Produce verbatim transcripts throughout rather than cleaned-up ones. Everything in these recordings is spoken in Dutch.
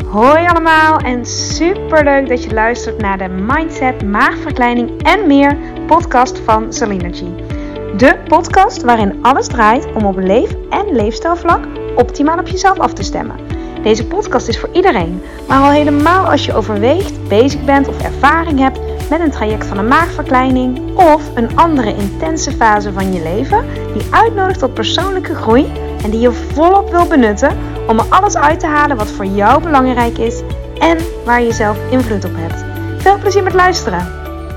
Hoi allemaal en super leuk dat je luistert naar de Mindset, Maagverkleining en meer podcast van Salinergy. De podcast waarin alles draait om op leef- en leefstijlvlak optimaal op jezelf af te stemmen. Deze podcast is voor iedereen, maar al helemaal als je overweegt, bezig bent of ervaring hebt met een traject van een maagverkleining of een andere intense fase van je leven die uitnodigt tot persoonlijke groei en die je volop wil benutten om er alles uit te halen wat voor jou belangrijk is en waar je zelf invloed op hebt. Veel plezier met luisteren!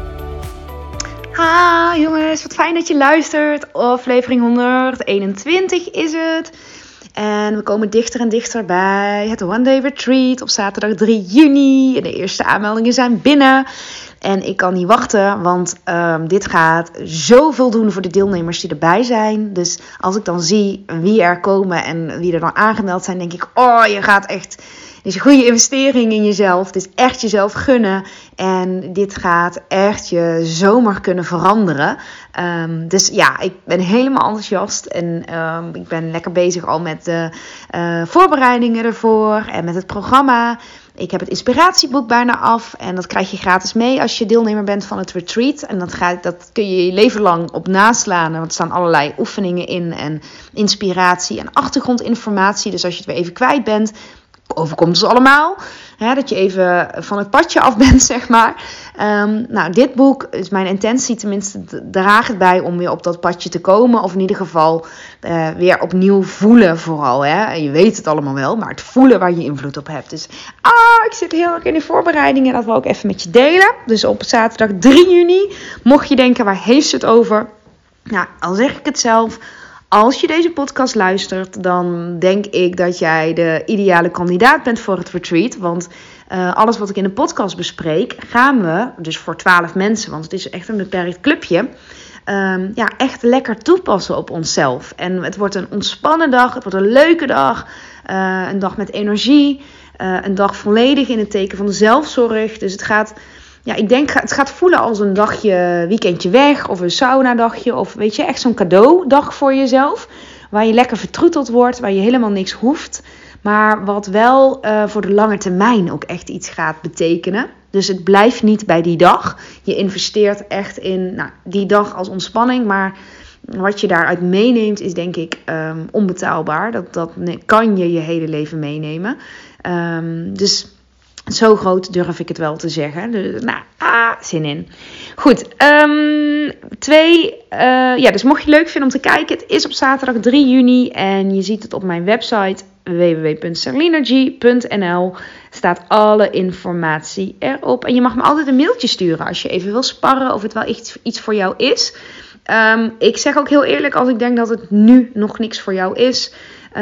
Ha jongens, wat fijn dat je luistert. Aflevering honderdeenentwintig is het. En we komen dichter en dichter bij het One Day Retreat op zaterdag drie juni. En de eerste aanmeldingen zijn binnen. En ik kan niet wachten, want um, dit gaat zoveel doen voor de deelnemers die erbij zijn. Dus als ik dan zie wie er komen en wie er dan aangemeld zijn, denk ik, oh, je gaat echt... Het is een goede investering in jezelf. Het is echt jezelf gunnen. En dit gaat echt je zomer kunnen veranderen. Um, dus ja, ik ben helemaal enthousiast. En um, ik ben lekker bezig al met de uh, voorbereidingen ervoor. En met het programma. Ik heb het inspiratieboek bijna af. En dat krijg je gratis mee als je deelnemer bent van het retreat. En dat, gaat, dat kun je je leven lang op naslaan. Want er staan allerlei oefeningen in. En inspiratie en achtergrondinformatie. Dus als je het weer even kwijt bent... overkomt ons allemaal. Hè, dat je even van het padje af bent, zeg maar. Um, nou, dit boek is mijn intentie, tenminste, draagt het bij om weer op dat padje te komen. Of in ieder geval uh, weer opnieuw voelen vooral. Hè. En je weet het allemaal wel, maar het voelen waar je invloed op hebt. Dus ah, ik zit heel erg in de voorbereidingen. Dat wil ik even met je delen. Dus op zaterdag drie juni, mocht je denken, waar heeft ze het over? Nou, al zeg ik het zelf... Als je deze podcast luistert, dan denk ik dat jij de ideale kandidaat bent voor het retreat. Want uh, alles wat ik in de podcast bespreek, gaan we, dus voor twaalf mensen, want het is echt een beperkt clubje, um, ja, echt lekker toepassen op onszelf. En het wordt een ontspannen dag, het wordt een leuke dag, uh, een dag met energie, uh, een dag volledig in het teken van de zelfzorg. Dus het gaat... Ja, ik denk, het gaat voelen als een dagje, weekendje weg of een sauna-dagje. Of weet je, echt zo'n cadeaudag voor jezelf. Waar je lekker vertroeteld wordt, waar je helemaal niks hoeft. Maar wat wel uh, voor de lange termijn ook echt iets gaat betekenen. Dus het blijft niet bij die dag. Je investeert echt in nou, die dag als ontspanning. Maar wat je daaruit meeneemt is denk ik um, onbetaalbaar. Dat, dat kan je je hele leven meenemen. Um, dus... Zo groot durf ik het wel te zeggen. Dus, nou, ah, zin in. Goed. Um, twee. Uh, ja, dus mocht je het leuk vinden om te kijken. Het is op zaterdag drie juni. En je ziet het op mijn website w w w punt salinergy punt n l. Staat alle informatie erop. En je mag me altijd een mailtje sturen als je even wil sparren. Of het wel iets, iets voor jou is. Um, ik zeg ook heel eerlijk als ik denk dat het nu nog niks voor jou is.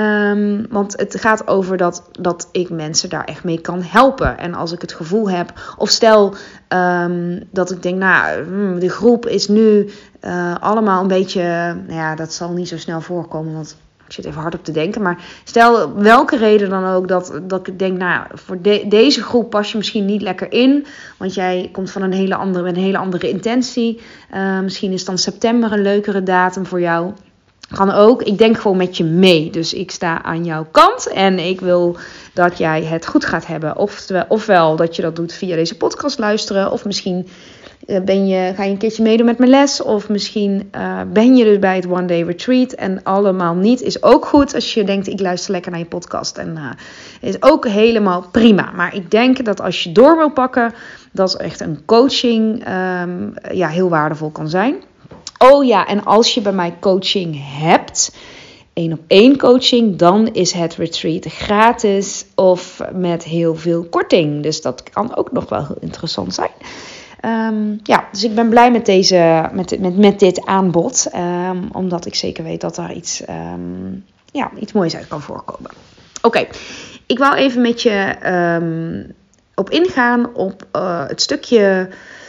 Um, want het gaat over dat, dat ik mensen daar echt mee kan helpen. En als ik het gevoel heb, of stel um, dat ik denk, nou, de groep is nu uh, allemaal een beetje, nou ja, dat zal niet zo snel voorkomen, want ik zit even hard op te denken. Maar stel welke reden dan ook dat, dat ik denk, nou, voor de, deze groep pas je misschien niet lekker in. Want jij komt van een hele andere, met een hele andere intentie. Uh, misschien is dan september een leukere datum voor jou. Kan ook. Ik denk gewoon met je mee. Dus ik sta aan jouw kant. En ik wil dat jij het goed gaat hebben. Of, ofwel dat je dat doet via deze podcast luisteren. Of misschien ben je, ga je een keertje meedoen met mijn les. Of misschien uh, ben je dus bij het One Day Retreat. En allemaal niet is ook goed. Als je denkt ik luister lekker naar je podcast. En uh, is ook helemaal prima. Maar ik denk dat als je door wil pakken. Dat echt een coaching um, ja, heel waardevol kan zijn. Oh ja, en als je bij mij coaching hebt, één op één coaching, dan is het retreat gratis of met heel veel korting. Dus dat kan ook nog wel heel interessant zijn. Um, ja, dus ik ben blij met, deze, met, met, met dit aanbod, um, omdat ik zeker weet dat daar iets, um, ja, iets moois uit kan voorkomen. Oké, okay. Ik wou even met je um, op ingaan op uh, het stukje...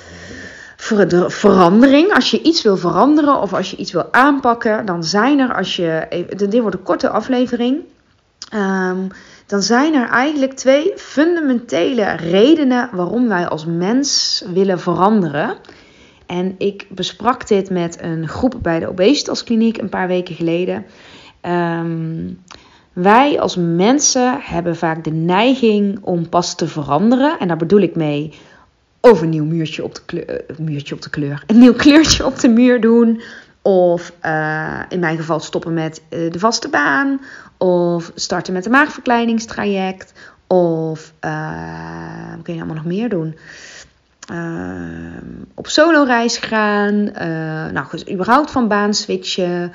verandering. Als je iets wil veranderen of als je iets wil aanpakken, dan zijn er, als je, dit wordt een korte aflevering, um, dan zijn er eigenlijk twee fundamentele redenen waarom wij als mens willen veranderen. En ik besprak dit met een groep bij de Obesitaskliniek een paar weken geleden. Um, Wij als mensen hebben vaak de neiging om pas te veranderen. En daar bedoel ik mee of een nieuw muurtje op de kleur, uh, muurtje op de kleur, een nieuw kleurtje op de muur doen. Of uh, in mijn geval stoppen met uh, de vaste baan. Of starten met een maagverkleiningstraject. Of uh, wat kun je allemaal nog meer doen? Uh, op soloreis gaan. Uh, nou, dus überhaupt van baan switchen.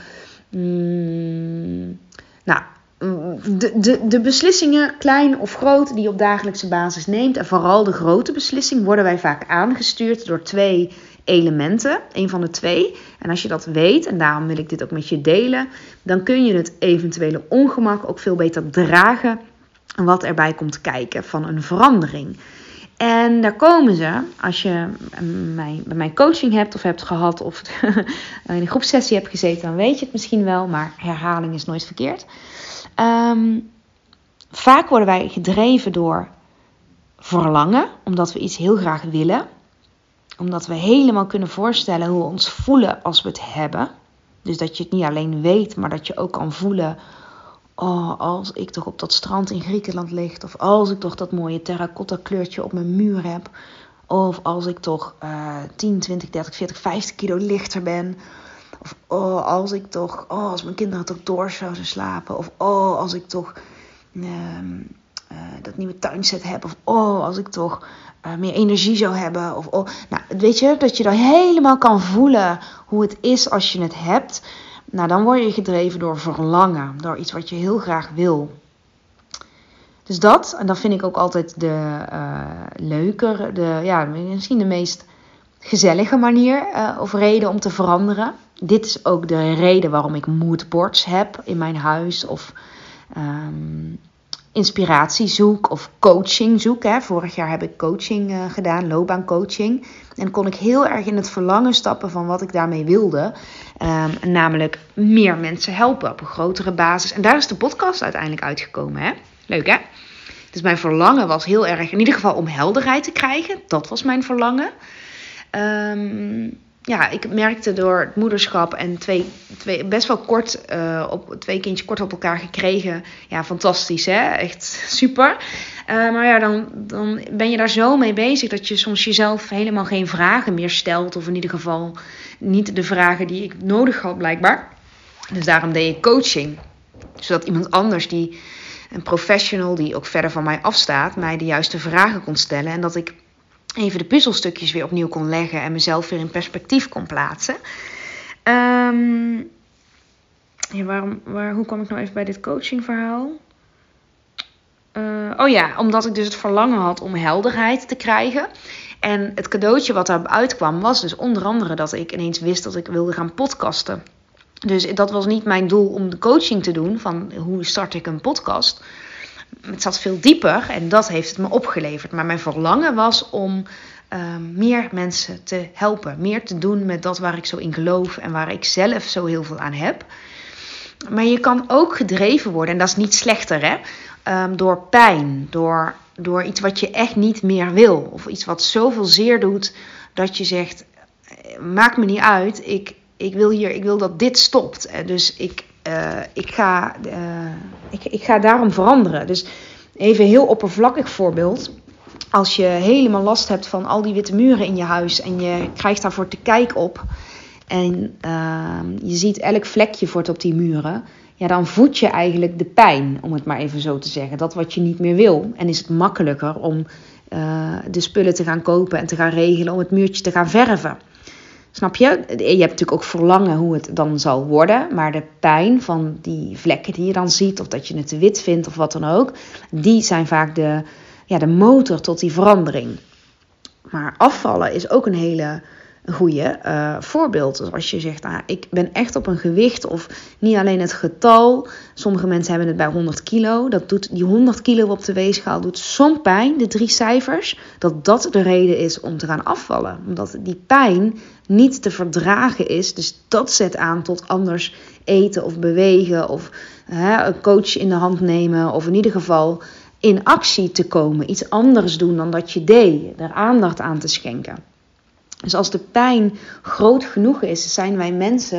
Mm, nou, de, de, de beslissingen, klein of groot, die je op dagelijkse basis neemt. En vooral de grote beslissing worden wij vaak aangestuurd door twee elementen. Een van de twee. En als je dat weet, en daarom wil ik dit ook met je delen, dan kun je het eventuele ongemak ook veel beter dragen wat erbij komt kijken van een verandering. En daar komen ze, als je mij, bij mijn coaching hebt of hebt gehad of in een groepsessie hebt gezeten, dan weet je het misschien wel, maar herhaling is nooit verkeerd. Um, vaak worden wij gedreven door verlangen, omdat we iets heel graag willen. Omdat we helemaal kunnen voorstellen hoe we ons voelen als we het hebben. Dus dat je het niet alleen weet, maar dat je ook kan voelen, oh, als ik toch op dat strand in Griekenland lig. Of als ik toch dat mooie terracotta kleurtje op mijn muur heb. Of als ik toch uh, tien, twintig, dertig, veertig, vijftig kilo lichter ben. Of oh, als ik toch, oh, als mijn kinderen toch door zouden slapen. Of oh, als ik toch uh, uh, dat nieuwe tuinset heb. Of oh, als ik toch uh, meer energie zou hebben. Of oh, nou, weet je, dat je dan helemaal kan voelen hoe het is als je het hebt. Nou, dan word je gedreven door verlangen. Door iets wat je heel graag wil. Dus dat, en dat vind ik ook altijd de uh, leuker, de, ja, misschien de meest gezellige manier uh, of reden om te veranderen. Dit is ook de reden waarom ik moodboards heb in mijn huis. Of um, inspiratie zoek of coaching zoek. Hè. Vorig jaar heb ik coaching uh, gedaan, loopbaancoaching. En kon ik heel erg in het verlangen stappen van wat ik daarmee wilde. Um, namelijk meer mensen helpen op een grotere basis. En daar is de podcast uiteindelijk uitgekomen. Hè? Leuk hè? Dus mijn verlangen was heel erg, in ieder geval om helderheid te krijgen. Dat was mijn verlangen. Um, ja, ik merkte door het moederschap en twee, twee best wel kort, uh, op, twee kindjes kort op elkaar gekregen. Ja, fantastisch hè, echt super. Uh, maar ja, dan, dan ben je daar zo mee bezig dat je soms jezelf helemaal geen vragen meer stelt. Of in ieder geval niet de vragen die ik nodig had blijkbaar. Dus daarom deed ik coaching. Zodat iemand anders, die een professional die ook verder van mij afstaat, mij de juiste vragen kon stellen. En dat ik even de puzzelstukjes weer opnieuw kon leggen en mezelf weer in perspectief kon plaatsen. Um, ja, waarom, waar, hoe kwam ik nou even bij dit coachingverhaal? Uh, oh ja, omdat ik dus het verlangen had om helderheid te krijgen. En het cadeautje wat daaruit kwam was dus onder andere dat ik ineens wist dat ik wilde gaan podcasten. Dus dat was niet mijn doel om de coaching te doen van hoe start ik een podcast. Het zat veel dieper en dat heeft het me opgeleverd. Maar mijn verlangen was om uh, meer mensen te helpen. Meer te doen met dat waar ik zo in geloof en waar ik zelf zo heel veel aan heb. Maar je kan ook gedreven worden, en dat is niet slechter hè. Um, door pijn, door, door iets wat je echt niet meer wil. Of iets wat zoveel zeer doet dat je zegt, maakt me niet uit, ik, ik, wil, hier, ik wil dat dit stopt. Dus ik, uh, ik, ga, uh, ik, ik ga daarom veranderen. Dus even een heel oppervlakkig voorbeeld. Als je helemaal last hebt van al die witte muren in je huis en je krijgt daarvoor te kijken op en uh, je ziet elk vlekje wordt op die muren, ja, dan voed je eigenlijk de pijn, om het maar even zo te zeggen. Dat wat je niet meer wil. En is het makkelijker om uh, de spullen te gaan kopen en te gaan regelen om het muurtje te gaan verven. Snap je? Je hebt natuurlijk ook verlangen hoe het dan zal worden. Maar de pijn van die vlekken die je dan ziet, of dat je het te wit vindt of wat dan ook, die zijn vaak de, ja, de motor tot die verandering. Maar afvallen is ook een hele goede uh, voorbeeld. Dus als je zegt, ah, ik ben echt op een gewicht, of niet alleen het getal. Sommige mensen hebben het bij honderd kilo. Dat doet, die honderd kilo op de weegschaal doet zo'n pijn, de drie cijfers, dat dat de reden is om te gaan afvallen. Omdat die pijn niet te verdragen is. Dus dat zet aan tot anders eten of bewegen. Of hè, een coach in de hand nemen. Of in ieder geval in actie te komen. Iets anders doen dan dat je deed. Er aandacht aan te schenken. Dus als de pijn groot genoeg is, zijn wij mensen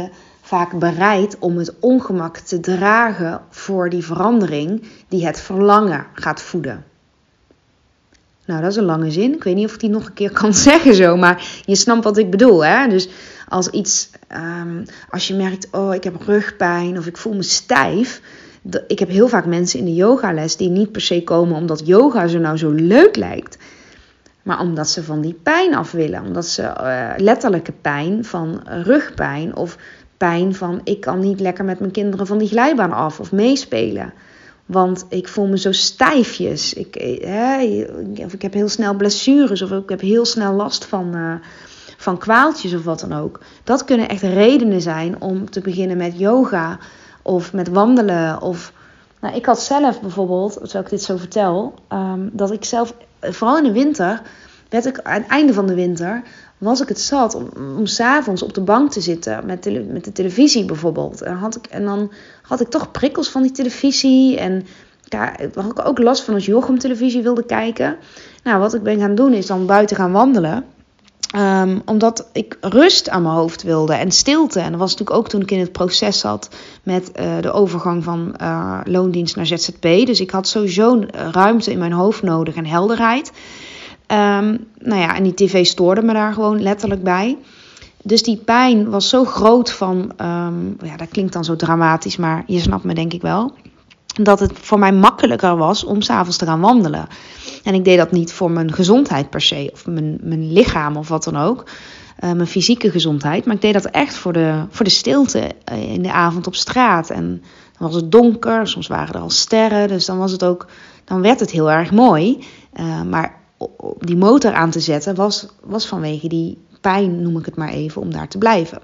vaak bereid om het ongemak te dragen voor die verandering die het verlangen gaat voeden. Nou, dat is een lange zin. Ik weet niet of ik die nog een keer kan zeggen zo, maar je snapt wat ik bedoel, hè? Dus als iets, um, als je merkt, oh, ik heb rugpijn of ik voel me stijf. Ik heb heel vaak mensen in de yogales die niet per se komen omdat yoga zo nou zo leuk lijkt. Maar omdat ze van die pijn af willen. Omdat ze uh, letterlijke pijn van rugpijn of pijn van ik kan niet lekker met mijn kinderen van die glijbaan af of meespelen. Want ik voel me zo stijfjes. Ik, hè, of ik heb heel snel blessures of ik heb heel snel last van, uh, van kwaaltjes of wat dan ook. Dat kunnen echt redenen zijn om te beginnen met yoga of met wandelen. Of, nou, ik had zelf bijvoorbeeld, terwijl ik dit zo vertel, um, dat ik zelf, vooral in de winter, werd ik aan het einde van de winter, was ik het zat om, om 's avonds op de bank te zitten met, tele, met de televisie bijvoorbeeld. En, had ik, en dan had ik toch prikkels van die televisie. En ja, had ik ook last van als Jochem televisie wilde kijken. Nou, wat ik ben gaan doen is dan buiten gaan wandelen. Um, omdat ik rust aan mijn hoofd wilde en stilte. En dat was natuurlijk ook toen ik in het proces zat met uh, de overgang van uh, loondienst naar Z Z P. Dus ik had sowieso ruimte in mijn hoofd nodig en helderheid. Um, nou ja, en die tv stoorde me daar gewoon letterlijk bij. Dus die pijn was zo groot van, um, ja, dat klinkt dan zo dramatisch, maar je snapt me denk ik wel. Dat het voor mij makkelijker was om 's avonds te gaan wandelen. En ik deed dat niet voor mijn gezondheid per se, of mijn, mijn lichaam of wat dan ook. Uh, mijn fysieke gezondheid. Maar ik deed dat echt voor de, voor de stilte in de avond op straat. En dan was het donker, soms waren er al sterren. Dus dan was het ook, dan werd het heel erg mooi. Uh, maar die motor aan te zetten was, was vanwege die pijn, noem ik het maar even, om daar te blijven.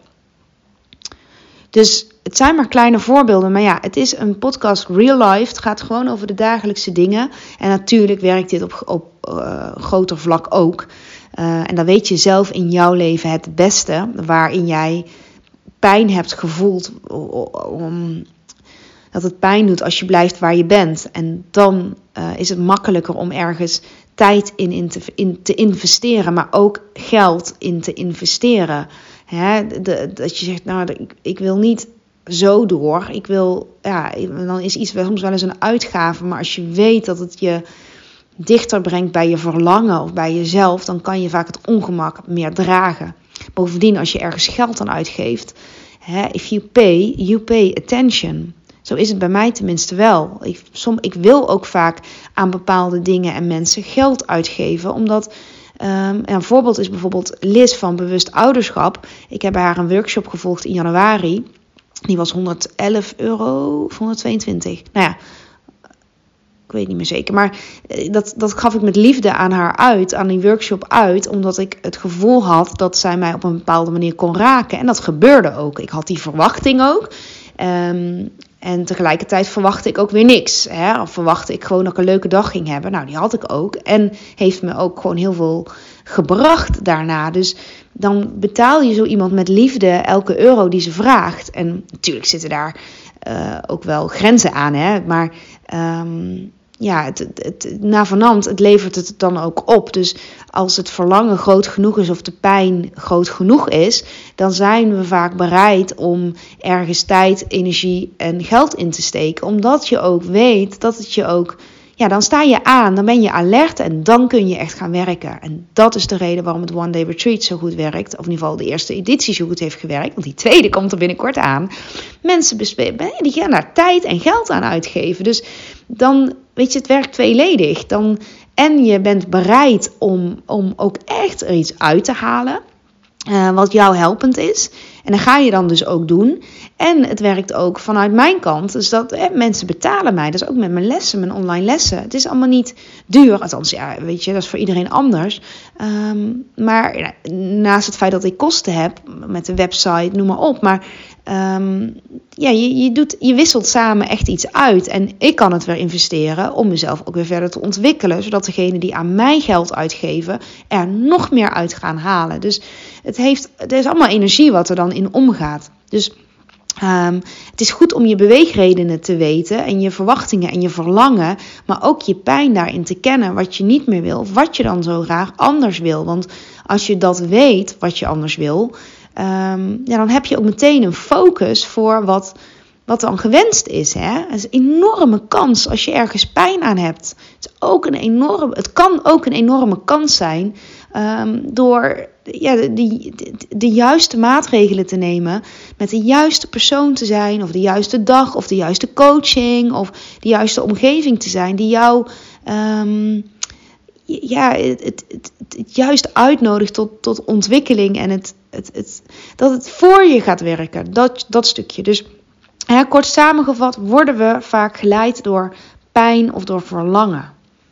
Dus het zijn maar kleine voorbeelden. Maar ja, het is een podcast real life. Het gaat gewoon over de dagelijkse dingen. En natuurlijk werkt dit op, op uh, groter vlak ook. Uh, en dan weet je zelf in jouw leven het beste. Waarin jij pijn hebt gevoeld. Om, dat het pijn doet als je blijft waar je bent. En dan uh, is het makkelijker om ergens tijd in, in, te, in te investeren. Maar ook geld in te investeren. Hè, de, dat je zegt, nou, ik, ik wil niet zo door. Ik wil, ja, dan is iets soms wel eens een uitgave. Maar als je weet dat het je dichter brengt bij je verlangen of bij jezelf, dan kan je vaak het ongemak meer dragen. Bovendien, als je ergens geld aan uitgeeft, hè, if you pay, you pay attention. Zo is het bij mij tenminste wel. Ik, som, ik wil ook vaak aan bepaalde dingen en mensen geld uitgeven, omdat Um, een voorbeeld is bijvoorbeeld Liz van Bewust Ouderschap. Ik heb bij haar een workshop gevolgd in januari. Die was honderdelf euro of honderdtweeëntwintig. Nou ja, ik weet niet meer zeker. Maar dat, dat gaf ik met liefde aan haar uit, aan die workshop uit. Omdat ik het gevoel had dat zij mij op een bepaalde manier kon raken. En dat gebeurde ook. Ik had die verwachting ook. Um, En tegelijkertijd verwachtte ik ook weer niks. Hè? Of verwachtte ik gewoon dat ik een leuke dag ging hebben. Nou, die had ik ook. En heeft me ook gewoon heel veel gebracht daarna. Dus dan betaal je zo iemand met liefde elke euro die ze vraagt. En natuurlijk zitten daar uh, ook wel grenzen aan. Hè? Maar um, ja, het, het, het, na vanand, het levert het dan ook op. Dus als het verlangen groot genoeg is of de pijn groot genoeg is, dan zijn we vaak bereid om ergens tijd, energie en geld in te steken. Omdat je ook weet dat het je ook, ja, dan sta je aan, dan ben je alert en dan kun je echt gaan werken. En dat is de reden waarom het One Day Retreat zo goed werkt. Of in ieder geval de eerste editie zo goed heeft gewerkt. Want die tweede komt er binnenkort aan. Mensen bespe- die gaan daar tijd en geld aan uitgeven. Dus dan, weet je, het werkt tweeledig. Dan, en je bent bereid om, om ook echt er iets uit te halen. Uh, wat jou helpend is. En dat ga je dan dus ook doen. En het werkt ook vanuit mijn kant. Dus dat eh, mensen betalen mij. Dat is ook met mijn lessen, mijn online lessen. Het is allemaal niet duur. Althans, ja, weet je, dat is voor iedereen anders. Um, maar ja, naast het feit dat ik kosten heb met de website, noem maar op. Maar um, ja, je, je, doet, je wisselt samen echt iets uit. En ik kan het weer investeren om mezelf ook weer verder te ontwikkelen. Zodat degenen die aan mij geld uitgeven er nog meer uit gaan halen. Dus het, heeft, het is allemaal energie wat er dan in omgaat. Dus Um, het is goed om je beweegredenen te weten en je verwachtingen en je verlangen, maar ook je pijn daarin te kennen, wat je niet meer wil of wat je dan zo graag anders wil. Want als je dat weet, wat je anders wil, Um, ja, dan heb je ook meteen een focus voor wat, wat dan gewenst is. Hè? Dat is een enorme kans als je ergens pijn aan hebt. Het, is ook een enorm, het kan ook een enorme kans zijn um, door ja, de, de, de juiste maatregelen te nemen. Met de juiste persoon te zijn. Of de juiste dag. Of de juiste coaching. Of de juiste omgeving te zijn. Die jou um, ja, het, het, het, het juist uitnodigt tot, tot ontwikkeling. En het, het, het, dat het voor je gaat werken. Dat, dat stukje. Dus ja, kort samengevat worden we vaak geleid door pijn of door verlangen.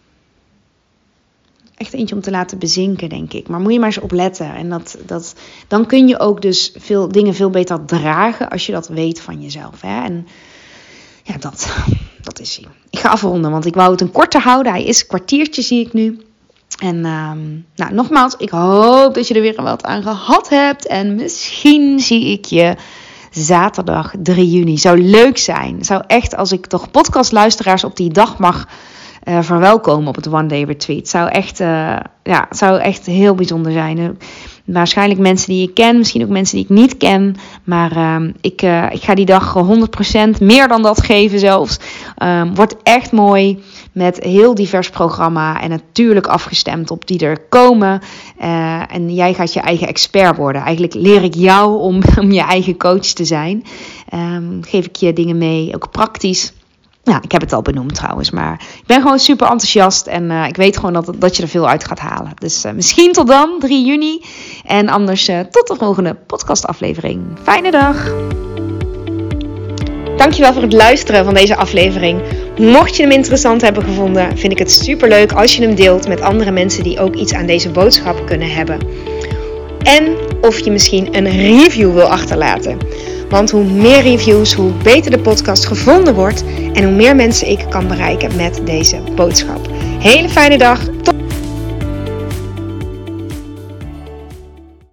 Echt eentje om te laten bezinken, denk ik. Maar moet je maar eens opletten. En dat, dat, dan kun je ook dus veel dingen veel beter dragen als je dat weet van jezelf. Hè? En ja, dat, dat is hij. Ik ga afronden, want ik wou het een korte houden. Hij is een kwartiertje, zie ik nu. En um, nou, nogmaals, ik hoop dat je er weer wat aan gehad hebt. En misschien zie ik je zaterdag drie juni. Zou leuk zijn. Zou echt, als ik toch podcastluisteraars op die dag mag Uh, verwelkomen op het One Day Retreat. Zou echt, uh, ja, zou echt heel bijzonder zijn. Uh, waarschijnlijk mensen die ik ken, misschien ook mensen die ik niet ken. Maar uh, ik, uh, ik ga die dag honderd procent meer dan dat geven zelfs. Uh, wordt echt mooi met heel divers programma en natuurlijk afgestemd op die er komen. Uh, en jij gaat je eigen expert worden. Eigenlijk leer ik jou om, om je eigen coach te zijn. Um, geef ik je dingen mee, ook praktisch. Ja, ik heb het al benoemd trouwens, maar ik ben gewoon super enthousiast en uh, ik weet gewoon dat, dat je er veel uit gaat halen. Dus uh, misschien tot dan, drie juni. En anders uh, tot de volgende podcastaflevering. Fijne dag! Dankjewel voor het luisteren van deze aflevering. Mocht je hem interessant hebben gevonden, vind ik het superleuk als je hem deelt met andere mensen die ook iets aan deze boodschap kunnen hebben. En of je misschien een review wil achterlaten. Want hoe meer reviews, hoe beter de podcast gevonden wordt en hoe meer mensen ik kan bereiken met deze boodschap. Hele fijne dag